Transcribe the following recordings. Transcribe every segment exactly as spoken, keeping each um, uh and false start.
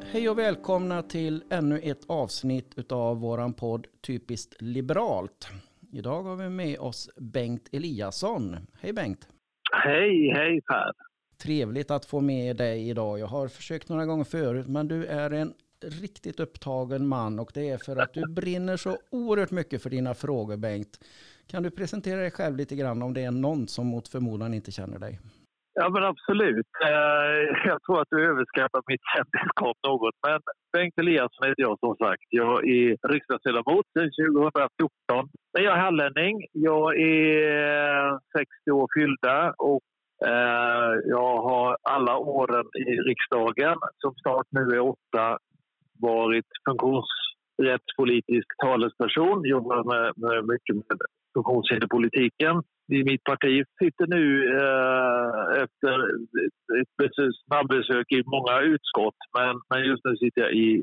Hej och välkomna till ännu ett avsnitt utav våran podd Typiskt Liberalt. Idag har vi med oss Bengt Eliasson. Hej Bengt! Hej, hej Per! Trevligt att få med dig idag. Jag har försökt några gånger förut, men du är en riktigt upptagen man och det är för att du brinner så oerhört mycket för dina frågor, Bengt. Kan du presentera dig själv lite grann om det är någon som mot förmodan inte känner dig? Ja, men absolut. Jag tror att du överskattar mitt kändisskap något. Men Bengt Eliasson heter jag som sagt. Jag är riksdagsledamot sedan tjugohundrafjorton. Men jag är hallänning. Jag är sextio år fyllda och jag har alla åren i riksdagen, som snart nu är åtta, varit funktionsrättspolitisk talesperson. Jobbar med, med mycket med funktionshinderpolitiken i mitt parti. Sitter nu eh, efter ett besök, snabbbesök i många utskott, men, men just nu sitter jag i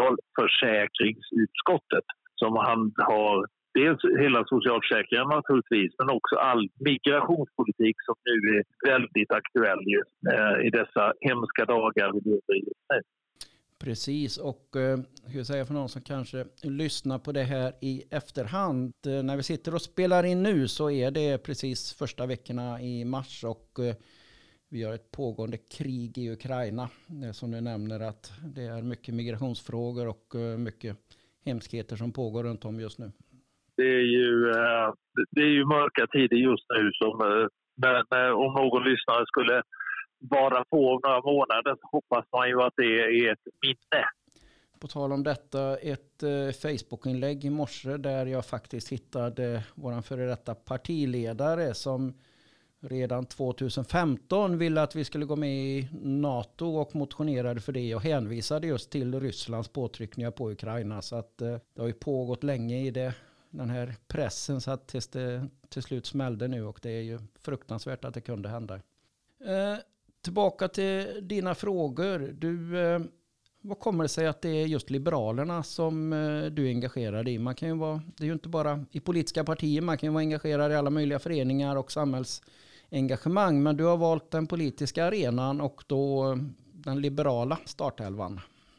socialförsäkringsutskottet som han har dels hela socialförsäkringen naturligtvis, men också all migrationspolitik som nu är väldigt aktuell just, eh, i dessa hemska dagar vi lever i. Precis, och eh, hur jag säger för någon som kanske lyssnar på det här i efterhand. Eh, när vi sitter och spelar in nu så är det precis första veckorna i mars och eh, vi har ett pågående krig i Ukraina. Det som du nämner att det är mycket migrationsfrågor och eh, mycket hemskheter som pågår runt om just nu. Det är ju, eh, det är ju mörka tider just nu som eh, när, när, om någon lyssnare skulle bara på några månader så hoppas man ju att det är ett minne. På tal om detta, ett eh, Facebook-inlägg i morse där jag faktiskt hittade våran före detta partiledare som redan tjugohundrafemton ville att vi skulle gå med i NATO och motionerade för det och hänvisade just till Rysslands påtryckningar på Ukraina. Så att eh, det har ju pågått länge i det, den här pressen så att tills det till slut smällde nu och det är ju fruktansvärt att det kunde hända. Eh, Tillbaka till dina frågor. Du, eh, vad kommer det sig att det är just Liberalerna som eh, du är engagerad i? Man kan ju vara, det är ju inte bara i politiska partier, man kan ju vara engagerad i alla möjliga föreningar och samhällsengagemang. Men du har valt den politiska arenan och då den liberala startelvan.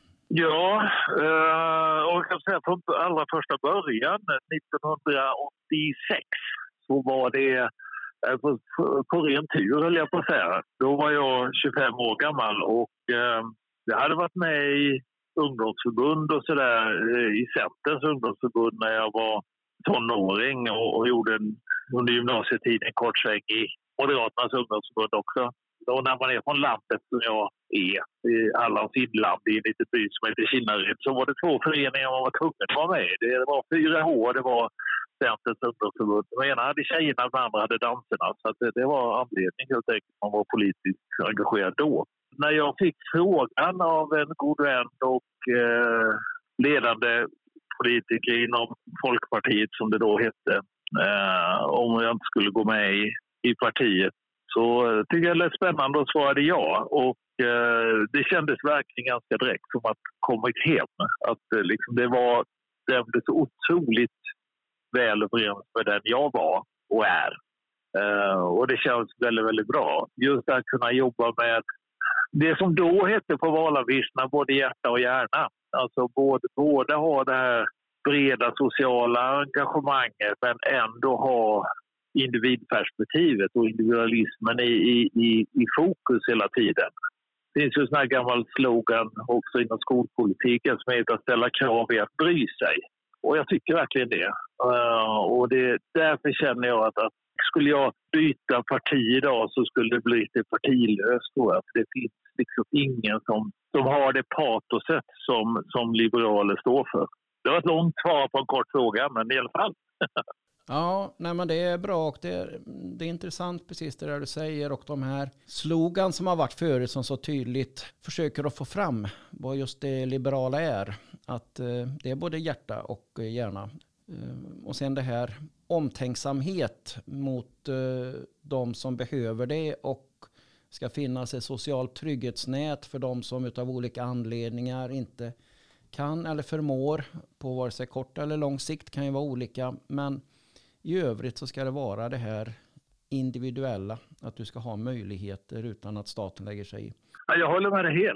Ja, eh, och jag kan säga från allra första början, nittonhundraåttiosex, så var det På, på ren tur höll jag på att säga. Då var jag tjugofem år gammal och eh, jag hade varit med i ungdomsförbund och sådär, eh, i Centerns ungdomsförbund när jag var tonåring och, och gjorde en, under gymnasietiden en kort sväng i Moderaternas ungdomsförbund också. Och när man är från landet som jag är, i Hallands inland i en liten by som heter Kinnaryd, så var det två föreningar man var tvungen att vara med i. Det var fyra H, det var Centerns ungdomsförbund. Den ena hade tjejerna, den andra hade danserna. Så att det, det var anledningen helt enkelt man var politiskt engagerad då. När jag fick frågan av en god vän och eh, ledande politiker inom Folkpartiet som det då hette, eh, om jag inte skulle gå med i, i partiet, så tycker jag det lät spännande och svarade ja. Och eh, det kändes verkligen ganska direkt som att komma hem. Att eh, liksom det var det var så otroligt väl överens med den jag var och är. Uh, och det känns väldigt, väldigt bra. Just att kunna jobba med det som då hette på valavisserna, både hjärta och hjärna. Alltså både, både ha det här breda sociala engagemanget men ändå ha individperspektivet och individualismen i, i, i, i fokus hela tiden. Det finns ju en sån här gammal slogan också inom skolpolitiken som heter att ställa krav är att bry sig. Och jag tycker verkligen det. Uh, och det, därför känner jag att, att skulle jag byta parti idag så skulle det bli lite partilöst. För det finns liksom ingen som, som har det patoset som, som liberaler står för. Det var ett långt svar på en kort fråga, men i alla fall. Ja, nej men det är bra och det är, det är intressant precis det där du säger och de här slogan som har varit förut som så tydligt försöker att få fram vad just det liberala är. Att eh, det är både hjärta och hjärna. Eh, och sen det här omtänksamhet mot eh, de som behöver det och ska finnas ett socialt trygghetsnät för de som utav olika anledningar inte kan eller förmår på vare sig kort eller lång sikt kan ju vara olika, men i övrigt så ska det vara det här individuella, att du ska ha möjligheter utan att staten lägger sig i. Ja, jag håller med dig helt.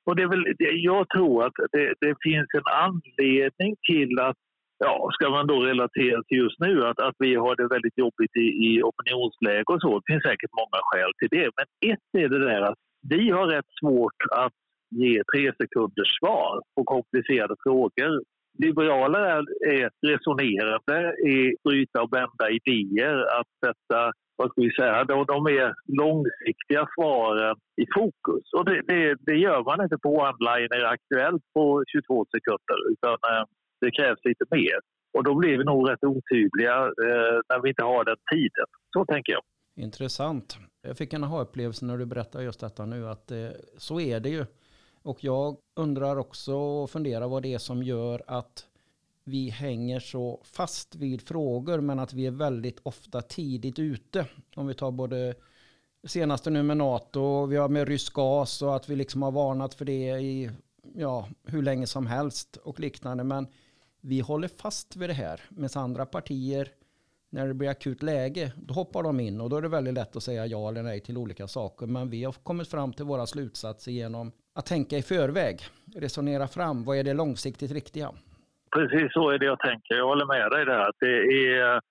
Och det är väl, jag tror att det, det finns en anledning till att, ja, ska man då relatera till just nu, att, att vi har det väldigt jobbigt i, i opinionsläge och så. Det finns säkert många skäl till det. Men ett är det där att vi har rätt svårt att ge tre sekunders svar på komplicerade frågor. Liberaler är, är resonerande, är bryta och bända idéer, att sätta, vad ska vi säga, de, de är långsiktiga svaren i fokus. Och det, det, det gör man inte på one-liner aktuellt på tjugotvå sekunder, utan eh, det krävs lite mer. Och då blir vi nog rätt otydliga eh, när vi inte har den tiden. Så tänker jag. Intressant. Jag fick en aha-upplevelse när du berättar just detta nu, att eh, så är det ju. Och jag undrar också och funderar vad det är som gör att vi hänger så fast vid frågor, men att vi är väldigt ofta tidigt ute. Om vi tar både senaste nu med NATO, vi har med rysk gas och att vi liksom har varnat för det i ja, hur länge som helst och liknande. Men vi håller fast vid det här. Med andra partier, när det blir akut läge, då hoppar de in och då är det väldigt lätt att säga ja eller nej till olika saker. Men vi har kommit fram till våra slutsatser genom att tänka i förväg, resonera fram, vad är det långsiktigt riktiga? Precis så är det jag tänker. Jag håller med dig där. Att det är,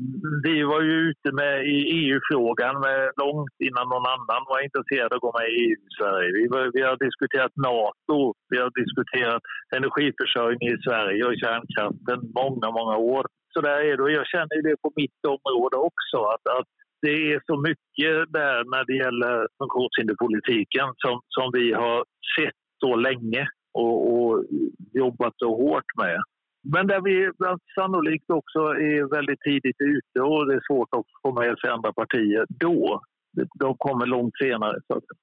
vi var ju ute med i E U-frågan med långt innan någon annan var intresserad av att gå med i E U i Sverige. Vi, var, vi har diskuterat NATO, vi har diskuterat energiförsörjning i Sverige och kärnkraften många, många år. Så där är det, och jag känner det på mitt område också, att, att det är så mycket där när det gäller funktionshinderpolitiken som, som vi har sett så länge och, och jobbat så hårt med. Men där vi sannolikt också är väldigt tidigt ute och det är svårt att få med sig andra partier då. De kommer långt senare.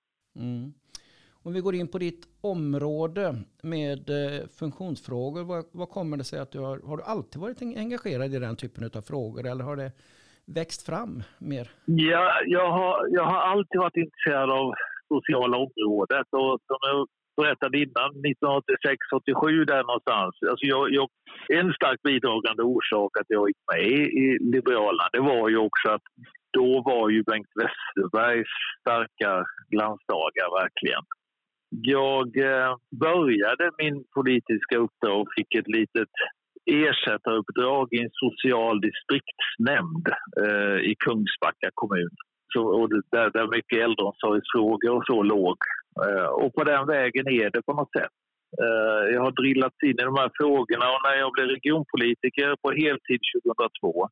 Mm. Om vi går in på ditt område med funktionsfrågor, vad, vad kommer det sig att du har, har du alltid varit engagerad i den typen av frågor eller har det växt fram mer? Ja, jag har, jag har alltid varit intresserad av sociala området och som jag berättade innan, nittonhundraåttiosex åttiosju där någonstans. Alltså jag, jag, en starkt bidragande orsak att jag gick med i, i Liberalerna, det var ju också att då var ju Bengt Westerbergs starka glansdagar verkligen. Jag eh, började min politiska uppdrag och fick ett litet ersättaruppdrag i en social distriktsnämnd eh, i Kungsbacka kommun. Så, och där, där mycket äldreomsorgsfrågor och så låg. Eh, och på den vägen är det på något sätt. Eh, jag har drillats in i de här frågorna och när jag blev regionpolitiker på heltid tjugohundratvå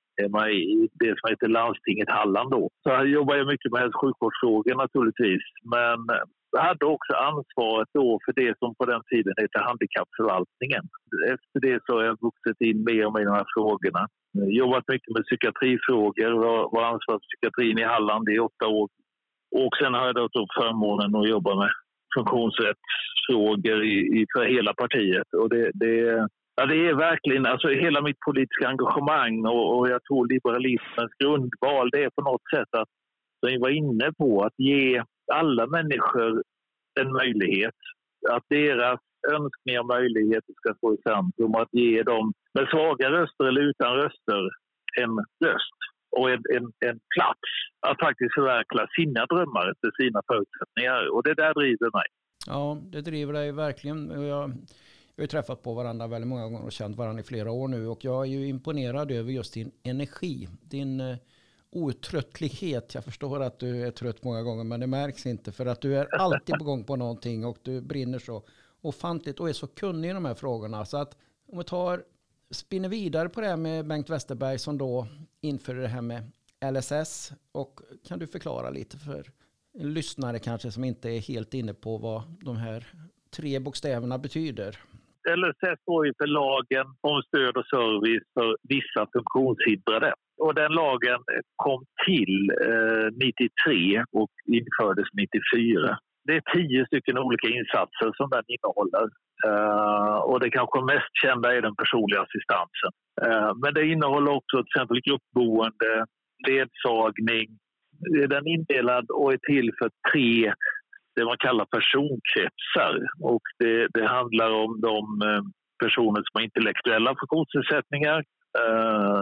i det som heter landstinget Halland då. Så jag jobbade jag mycket med sjukvårdsfrågor naturligtvis. Men jag hade också ansvaret då för det som på den tiden heter handikappförvaltningen. Efter det så har jag vuxit in mer och mer i de här frågorna. Jobbat mycket med psykiatrifrågor och var ansvarig för psykiatrin i Halland i åtta år. Och sen har jag då förmånen att jobba med funktionsrättsfrågor i, i, för hela partiet. Och det, det, ja, det är verkligen, alltså hela mitt politiska engagemang och, och jag tror liberalismens grundval, det är på något sätt att, som jag var inne på, att ge alla människor en möjlighet. Att deras önskningar och möjligheter ska stå i centrum. Att ge dem med svaga röster eller utan röster en röst och en, en, en plats att faktiskt förverkliga sina drömmar efter sina förutsättningar. Och det där driver mig. Ja, det driver dig verkligen. Jag, vi har träffat på varandra väldigt många gånger och känt varandra i flera år nu. Och jag är ju imponerad över just din energi. Din outtröttlighet. Jag förstår att du är trött många gånger, men det märks inte för att du är alltid på gång på någonting och du brinner så ofantligt och är så kunnig i de här frågorna. Så att om vi tar, spinner vidare på det här med Bengt Westerberg som då införde det här med L S S, och kan du förklara lite för en lyssnare kanske som inte är helt inne på vad de här tre bokstäverna betyder? L S S står ju för lagen om stöd och service för vissa funktionshindrade. Och den lagen kom till eh, nittiotre och infördes nittiofyra. Det är tio stycken olika insatser som den innehåller. Uh, och det kanske mest kända är den personliga assistansen. Uh, men det innehåller också till exempel gruppboende, ledsagning. Den är indelad och är till för tre, det man kallar personkretsar. Och det, det handlar om de personer som har intellektuella funktionsnedsättningar, uh,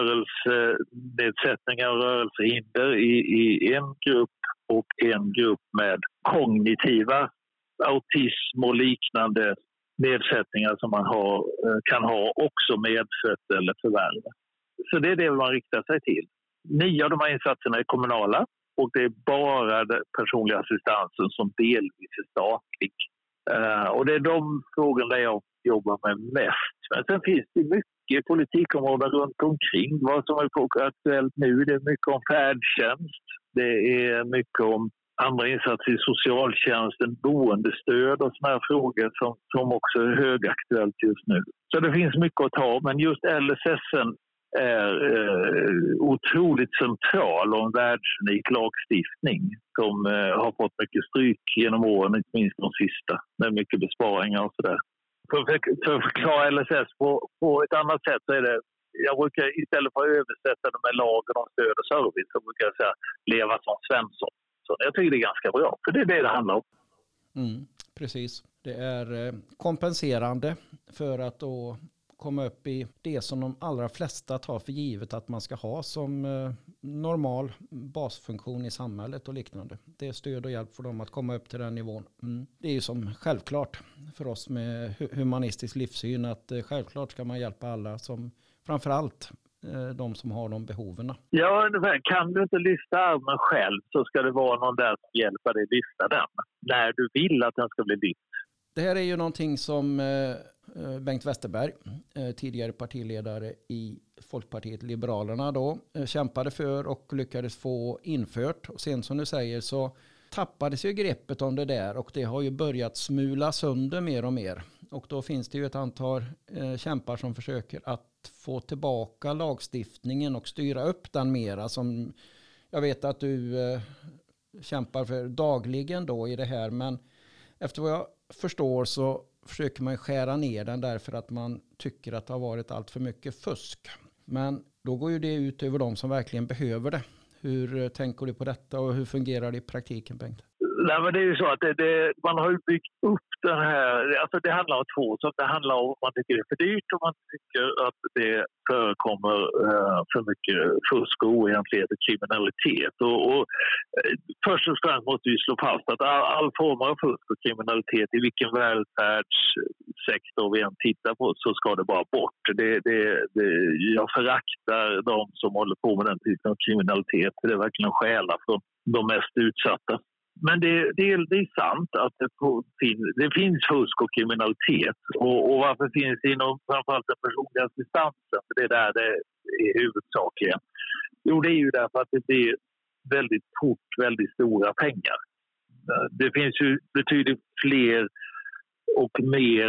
rörelsenedsättningar och rörelsehinder i, i en grupp och en grupp med kognitiva autism och liknande nedsättningar som man har, kan ha också medfött eller förvärva. Så det är det man riktar sig till. Nio av de här insatserna är kommunala och det är bara den personliga assistansen som delvis är statlig. Uh, och det är de frågorna jag jobbar med mest. Men sen finns det mycket politikområden runt omkring. Vad som är aktuellt nu, det är mycket om färdtjänst. Det är mycket om andra insatser i socialtjänsten, boendestöd och såna här frågor som, som också är högaktuellt just nu. Så det finns mycket att ta, men just L S S är eh, otroligt central och en världsunik lagstiftning som eh, har fått mycket stryk genom åren, inte minst de sista, med mycket besparingar och sådär. För, för, för att förklara L S S på, på ett annat sätt så är det, jag brukar istället för att översätta det med lagen om stöd och service så brukar jag säga leva som Svensson. Så jag tycker det är ganska bra, för det är det det handlar om. Mm, precis. Det är eh, kompenserande för att då komma upp i det som de allra flesta tar för givet att man ska ha som eh, normal basfunktion i samhället och liknande. Det är stöd och hjälp för dem att komma upp till den nivån. Mm. Det är ju som självklart för oss med humanistisk livssyn att eh, självklart ska man hjälpa alla som framförallt de som har de behoven. Ja, kan du inte lyfta armen själv så ska det vara någon där som hjälper dig lyfta den. När du vill att den ska bli lyft. Det här är ju någonting som Bengt Westerberg, tidigare partiledare i Folkpartiet Liberalerna då, kämpade för och lyckades få infört. Och sen som du säger så tappades ju greppet om det där och det har ju börjat smula sönder mer och mer. Och då finns det ju ett antal eh, kämpar som försöker att få tillbaka lagstiftningen och styra upp den mera, som jag vet att du eh, kämpar för dagligen då i det här. Men efter vad jag förstår så försöker man skära ner den därför att man tycker att det har varit allt för mycket fusk. Men då går ju det ut över de som verkligen behöver det. Hur tänker du på detta och hur fungerar det i praktiken, Bengt? Nej, men det är ju så att det, det, man har ju byggt upp den här, alltså det handlar om två saker. Det handlar om att man tycker det är för dyrt och man tycker att det förekommer uh, för mycket fusk och oegentlighet och kriminalitet. Och, och uh, först och främst måste vi slå fast att all, all form av fusk och kriminalitet i vilken välfärdssektor vi än tittar på så ska det bara bort. Det, det, det, jag föraktar de som håller på med den typen av kriminalitet. Det är verkligen en stjäla från de mest utsatta. Men det, det, det är sant att det, det finns fusk och kriminalitet. Och, och varför finns det inom framförallt den personliga assistansen? För det är där det är huvudsaken. Jo, det är ju därför att det blir väldigt fort väldigt stora pengar. Det finns ju betydligt fler och mer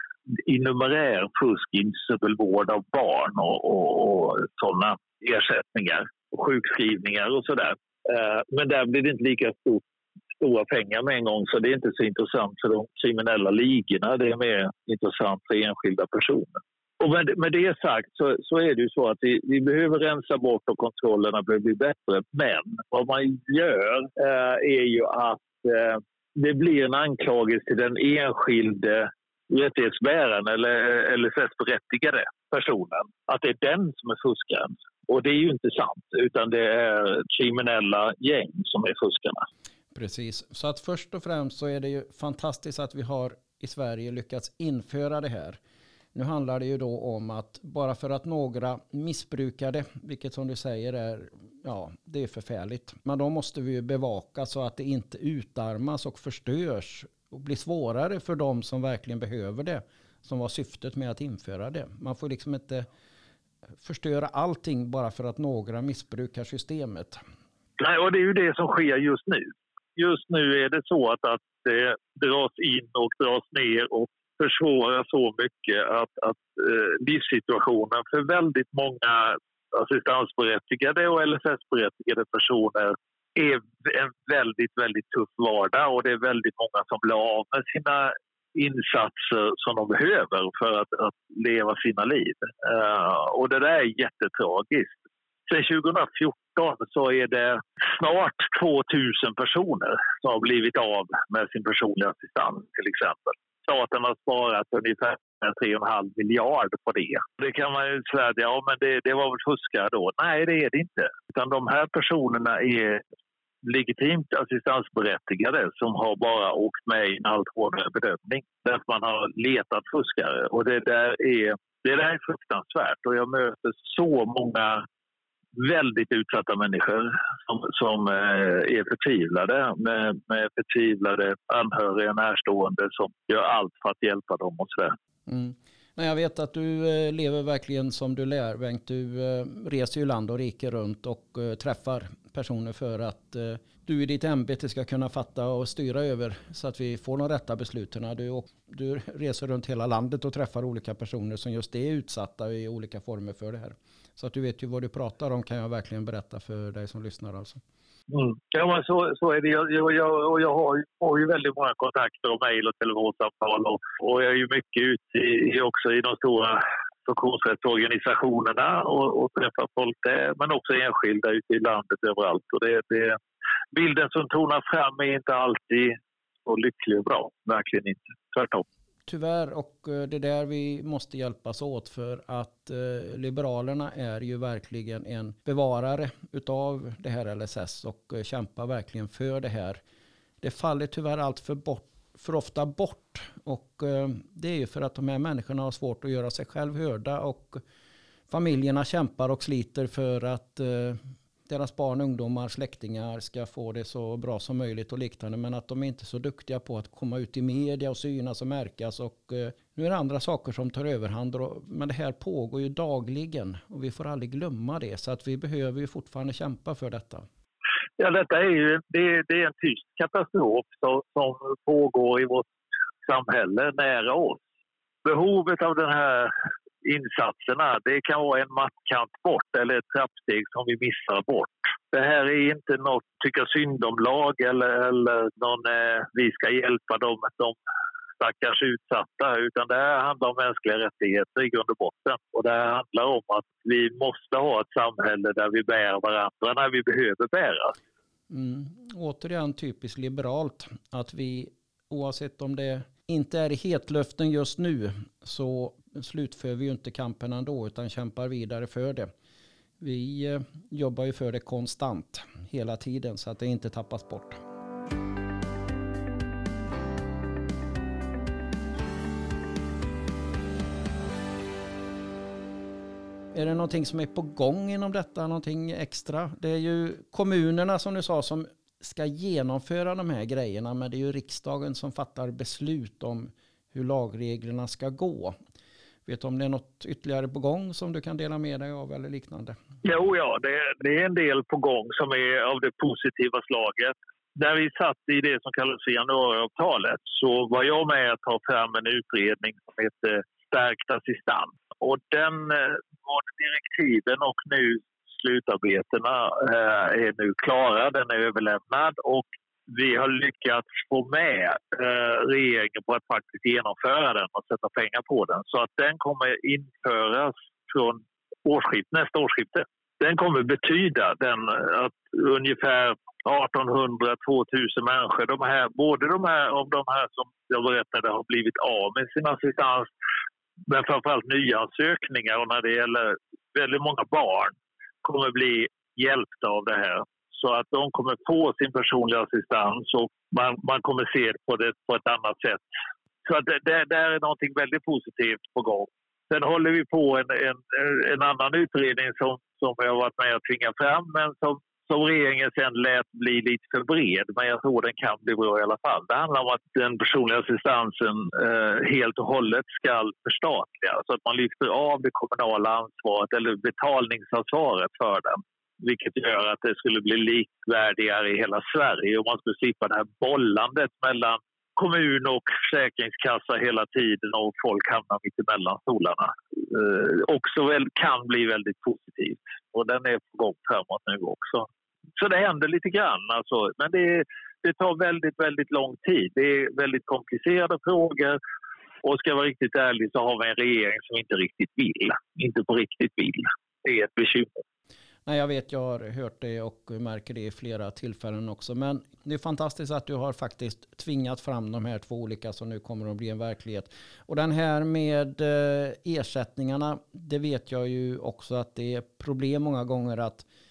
i numerär fusk i vård av barn och, och, och sådana ersättningar och sjukskrivningar och sådär. Men där blir det inte lika stort stora pengar med en gång, så det är inte så intressant för de kriminella ligorna. Det är mer intressant för enskilda personer. Och med, med det sagt så, så är det ju så att vi, vi behöver rensa bort och kontrollerna behöver bli bättre. Men vad man gör eh, är ju att eh, det blir en anklagelse till den enskilde rättighetsbäraren eller, eller S S-berättigade personen. Att det är den som är fuskaren. Och det är ju inte sant, utan det är kriminella gäng som är fuskarna. Precis, så att först och främst så är det ju fantastiskt att vi har i Sverige lyckats införa det här. Nu handlar det ju då om att bara för att några missbrukar det, vilket som du säger är, ja, det är förfärligt. Men då måste vi ju bevaka så att det inte utarmas och förstörs och blir svårare för de som verkligen behöver det, som var syftet med att införa det. Man får liksom inte förstöra allting bara för att några missbrukar systemet. Nej, och det är ju det som sker just nu. Just nu är det så att, att det dras in och dras ner och försvårar så mycket att, att eh, livssituationen för väldigt många assistansberättigade och L S S-berättigade personer är en väldigt, väldigt tuff vardag, och det är väldigt många som blir av med sina insatser som de behöver för att, att leva sina liv. Uh, och det där är jättetragiskt. Sen tjugo fjorton så är det snart tvåtusen personer som har blivit av med sin personliga assistans till exempel. Staten har sparat ungefär tre komma fem miljarder på det. Det kan man ju säga, ja men det, det var väl fuskare då. Nej, det är det inte. Utan de här personerna är legitimt assistansberättigade som har bara åkt med i en allt hårdare bedömning. Därför man har letat fuskare. Och det där är, det där är fruktansvärt. Och jag möter så många väldigt utsatta människor som, som är förtvivlade med, med förtvivlade anhöriga närstående som gör allt för att hjälpa dem och sådär. Mm. Men jag vet att du lever verkligen som du lär, Bengt. Du reser ju land och rike runt och träffar personer för att du i ditt ämbete ska kunna fatta och styra över så att vi får de rätta besluten. Du, du reser runt hela landet och träffar olika personer som just är utsatta i olika former för det här. Så att du vet ju vad du pratar om, kan jag verkligen berätta för dig som lyssnar alltså. Mm. Ja, men så, så är det. Jag, jag, jag, jag har, ju, har ju väldigt många kontakter och mejl och telefonsamtal och, och jag är ju mycket ute i, också i de stora funktionsrättsorganisationerna och, och träffar folk där, men också enskilda ute i landet överallt. Och det, det, bilden som tonar fram är inte alltid så lycklig och bra, verkligen inte. Tvärtom. Tyvärr, och det är där vi måste hjälpas åt, för att eh, Liberalerna är ju verkligen en bevarare utav det här L S S och eh, kämpar verkligen för det här. Det faller tyvärr allt för, bort, för ofta bort, och eh, det är ju för att de här människorna har svårt att göra sig själv hörda, och familjerna kämpar och sliter för att eh, deras barn, ungdomar, släktingar ska få det så bra som möjligt och liknande, men att de är inte så duktiga på att komma ut i media och synas och märkas, och eh, nu är det andra saker som tar överhand, och, men det här pågår ju dagligen och vi får aldrig glömma det, så att vi behöver ju fortfarande kämpa för detta. Ja, detta är ju det, det är en tyst katastrof som, som pågår i vårt samhälle nära oss. Behovet av den här insatserna, det kan vara en mattkant bort eller ett trappsteg som vi missar bort. Det här är inte något tycka synd om lag eller, eller någon eh, vi ska hjälpa dem, de stackars utsatta, utan det här handlar om mänskliga rättigheter i grund och botten. Och det här handlar om att vi måste ha ett samhälle där vi bär varandra när vi behöver bära. Mm. Återigen typiskt liberalt att vi, oavsett om det inte är i hetlöften just nu, så slutför vi ju inte kampen ändå utan kämpar vidare för det. Vi eh, jobbar ju för det konstant hela tiden så att det inte tappas bort. Är det någonting som är på gång inom detta, någonting extra? Det är ju kommunerna som du sa som ska genomföra de här grejerna, men det är ju riksdagen som fattar beslut om hur lagreglerna ska gå. Vet du om det är något ytterligare på gång som du kan dela med dig av eller liknande? Jo, ja, det, det är en del på gång som är av det positiva slaget. När vi satt i det som kallas för januariavtalet så var jag med att ta fram en utredning som heter Stärkt assistans. Och den var direktiven och nu slutarbetena är nu klara, den är överlämnad och vi har lyckats få med eh, regeringen på att faktiskt genomföra den och sätta pengar på den. Så att den kommer införas från årsskift, nästa årsskifte. Den kommer betyda den, att ungefär artonhundra till tvåtusen människor, de här, både de här, om de här som jag berättade har blivit av med sin assistans, men framförallt nyansökningar och när det gäller väldigt många barn kommer bli hjälpta av det här. Så att de kommer få sin personliga assistans och man, man kommer se på det på ett annat sätt. Så att det, det, det är någonting väldigt positivt på gång. Sen håller vi på en, en, en annan utredning som, som jag har varit med att tvinga fram, men som, som regeringen sen lät bli lite för bred. Men jag tror den kan bli bra i alla fall. Det handlar om att den personliga assistansen eh, helt och hållet ska förstatligas. Så att man lyfter av det kommunala ansvaret eller betalningsansvaret för den. Vilket gör att det skulle bli likvärdigare i hela Sverige och man skulle slippa det här bollandet mellan kommun och försäkringskassa hela tiden och folk hamnar mitt emellan stolarna. Eh, också väl, kan bli väldigt positivt och den är på gång framåt nu också. Så det händer lite grann alltså, men det, det tar väldigt, väldigt lång tid. Det är väldigt komplicerade frågor och ska jag vara riktigt ärlig så har vi en regering som inte riktigt vill, inte på riktigt vill. Det är ett bekymmer. Nej, jag vet, jag har hört det och märker det i flera tillfällen också. Men det är fantastiskt att du har faktiskt tvingat fram de här två olika som nu kommer att bli en verklighet. Och den här med ersättningarna, det vet jag ju också att det är problem många gånger att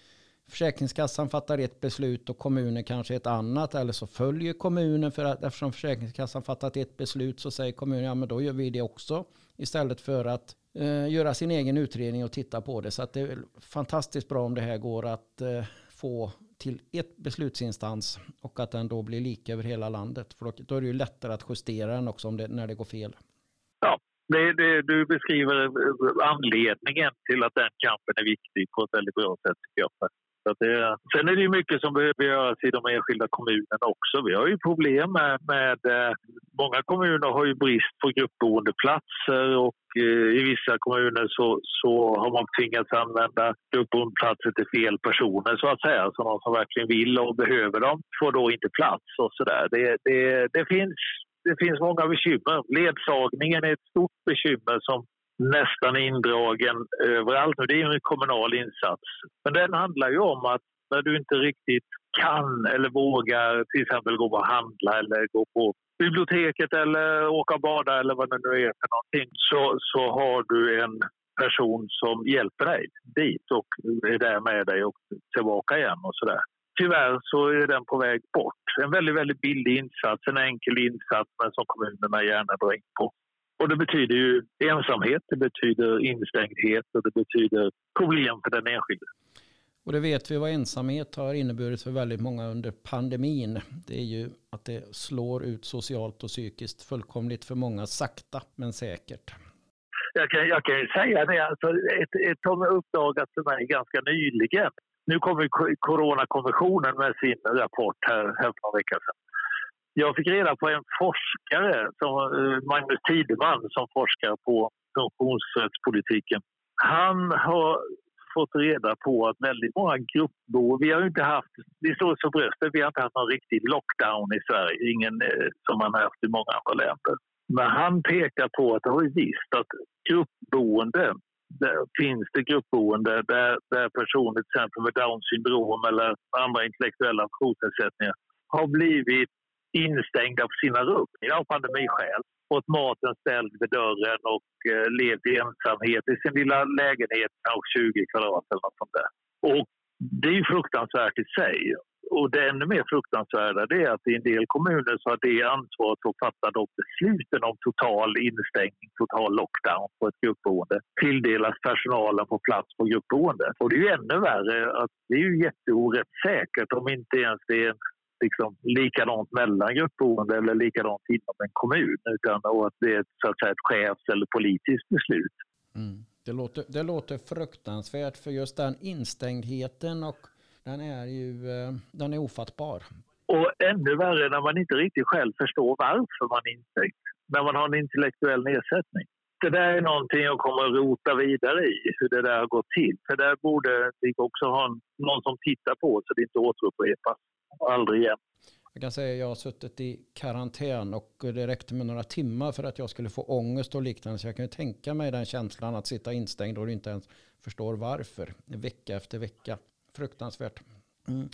Försäkringskassan fattar ett beslut och kommunen kanske ett annat, eller så följer kommunen, för att eftersom Försäkringskassan fattat ett beslut så säger kommunen ja men då gör vi det också, istället för att eh, göra sin egen utredning och titta på det. Så att det är fantastiskt bra om det här går att eh, få till ett beslutsinstans och att den då blir lika över hela landet. För då, då är det ju lättare att justera den också om det, när det går fel. Ja, det, det, du beskriver anledningen till att den kampen är viktig på ett väldigt bra sätt tycker jag. Så att det, sen är det ju mycket som behöver göras i de enskilda kommunerna också. Vi har ju problem med, med många kommuner har ju brist på gruppboendeplatser och eh, i vissa kommuner så, så har man tvingats använda gruppboendeplatser till fel personer så att säga. Så någon som verkligen vill och behöver dem får då inte plats och sådär. Det, det, det, finns, det finns många bekymmer. Ledsagningen är ett stort bekymmer som nästan indragen överallt. Det är ju en kommunal insats. Men den handlar ju om att när du inte riktigt kan eller vågar till exempel gå och handla eller gå på biblioteket eller åka och bada eller vad det nu är för någonting så, så har du en person som hjälper dig dit och är där med dig och tillbaka igen och sådär. Tyvärr så är den på väg bort. En väldigt, väldigt billig insats, en enkel insats men som kommunerna gärna drar in på. Och det betyder ju ensamhet, det betyder instängdhet och det betyder problem för den enskilde. Och det vet vi vad ensamhet har inneburit för väldigt många under pandemin. Det är ju att det slår ut socialt och psykiskt fullkomligt för många, sakta men säkert. Jag kan, jag kan ju säga det, alltså ett, ett som uppdagat för mig ganska nyligen. Nu kommer Coronakommissionen med sin rapport här, här för några veckor sedan. Jag fick reda på en forskare, som Magnus Tideman, som forskar på funktionsrättspolitiken. Han har fått reda på att väldigt många gruppboende, vi har ju inte haft, det står så bröstet, vi har inte haft någon riktig lockdown i Sverige, ingen som man har haft i många andra länder. Men han pekar på att det har ju visst att gruppboende, där finns det gruppboende där, där personer till exempel med Downs syndrom eller andra intellektuella funktionsnedsättningar har blivit instängda på sina rum av pandemiskäl. Fått maten ställd vid dörren och eh, levt i ensamhet i sin lilla lägenhet av tjugo kvadrat eller något sånt där. Och det är ju fruktansvärt i sig. Och det ännu mer fruktansvärda det är att i en del kommuner så har det ansvaret att fatta de besluten om total instängning, total lockdown på ett gruppboende tilldelas personalen på plats på gruppboende. Och det är ju ännu värre att det är ju jätteorättssäkert om inte ens det är en liksom likadant mellan gruppboende eller likadant inom en kommun utan att det är så att säga ett chefs- eller politiskt beslut. Mm. Det, låter, det låter fruktansvärt för just den instängdheten och den är ju den är ofattbar. Och ännu värre när man inte riktigt själv förstår varför man är instängd. När man har en intellektuell nedsättning. Det där är någonting jag kommer att rota vidare i, hur det där har gått till. För där borde vi också ha någon som tittar på så det inte återupprepas. Aldrig igen. Jag kan säga att jag har suttit i karantän och det räckte med några timmar för att jag skulle få ångest och liknande. Så jag kan ju tänka mig den känslan att sitta instängd och du inte ens förstår varför. Vecka efter vecka. Fruktansvärt. Mm.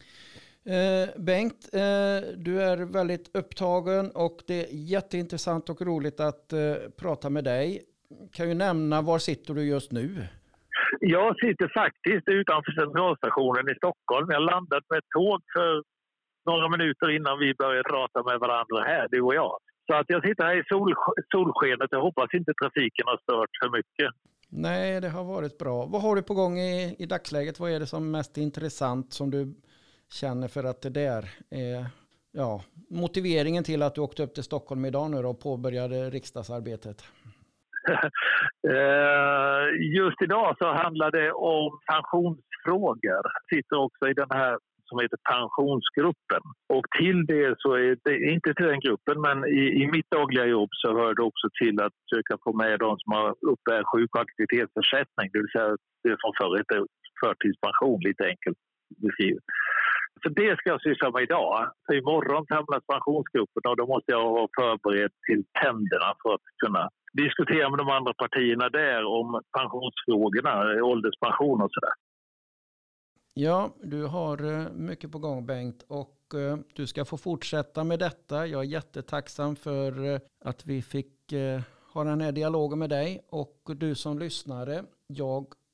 Eh, Bengt, eh, du är väldigt upptagen och det är jätteintressant och roligt att eh, prata med dig. Kan ju nämna, var sitter du just nu? Jag sitter faktiskt utanför centralstationen i Stockholm. Jag landat med ett tåg för några minuter innan vi började prata med varandra här, du och jag. Så att jag sitter här i sol, solskenet. Jag hoppas inte trafiken har stört för mycket. Nej, det har varit bra. Vad har du på gång i, i dagsläget? Vad är det som är mest intressant som du känner för att det där är ja, motiveringen till att du åkte upp till Stockholm idag nu och påbörjade riksdagsarbetet? Just idag så handlar det om pensionsfrågor. Jag sitter också i den här som heter pensionsgruppen. Och till det så är det inte till den gruppen, men i, i mitt dagliga jobb så hör det också till att försöka få med de som har uppe sjuk- och aktivitetsersättning, det vill säga det som förr heter förtidspension, lite enkelt beskrivet. Så det ska jag syssla med idag. Så imorgon samlas pensionsgruppen och då måste jag vara förberedd till tänderna för att kunna diskutera med de andra partierna där om pensionsfrågorna, ålderspension och sådär. Ja, du har mycket på gång, Bengt, och du ska få fortsätta med detta. Jag är jättetacksam för att vi fick ha den här dialogen med dig och du som lyssnare. Jag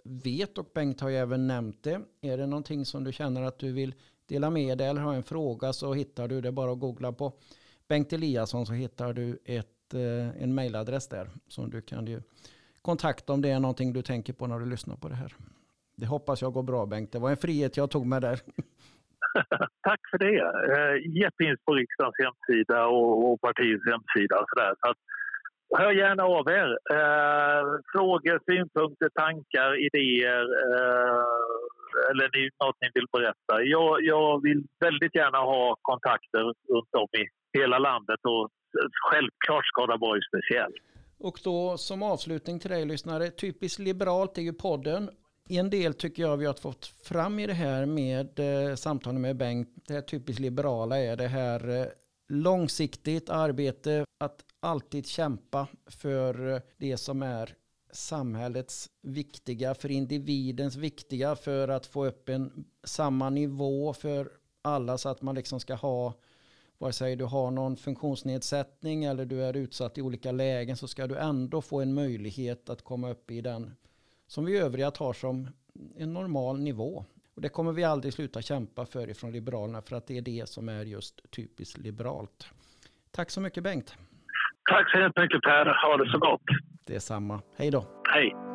vet, och Bengt har ju även nämnt det. Är det någonting som du känner att du vill dela med dig eller har en fråga, så hittar du det bara att googla på Bengt Eliasson, så hittar du ett, en mejladress där som du kan ju kontakta om det är någonting du tänker på när du lyssnar på det här. Det hoppas jag går bra, Bengt. Det var en frihet jag tog med där. Tack för det. Eh, jättefint på riksdagens hemsida och, och partiets hemsida. Och så där. Så att, hör gärna av er. Eh, frågor, synpunkter, tankar, idéer eh, eller ni, något ni vill berätta. Jag, jag vill väldigt gärna ha kontakter runt om i hela landet och självklart Skaraborg speciellt. Och då som avslutning till dig lyssnare, typiskt liberalt är ju podden. En del tycker jag vi har fått fram i det här med eh, samtalen med Bengt. Det här typiskt liberala är det här eh, långsiktigt arbete, att alltid kämpa för det som är samhällets viktiga, för individens viktiga, för att få upp en samma nivå för alla, så att man liksom ska ha, vare sig du har någon funktionsnedsättning eller du är utsatt i olika lägen, så ska du ändå få en möjlighet att komma upp i den som vi övriga tar som en normal nivå. Och det kommer vi aldrig sluta kämpa för ifrån Liberalerna, för att det är det som är just typiskt liberalt. Tack så mycket, Bengt. Tack så mycket, Per. Ha det så gott. Det är samma. Hej då. Hej.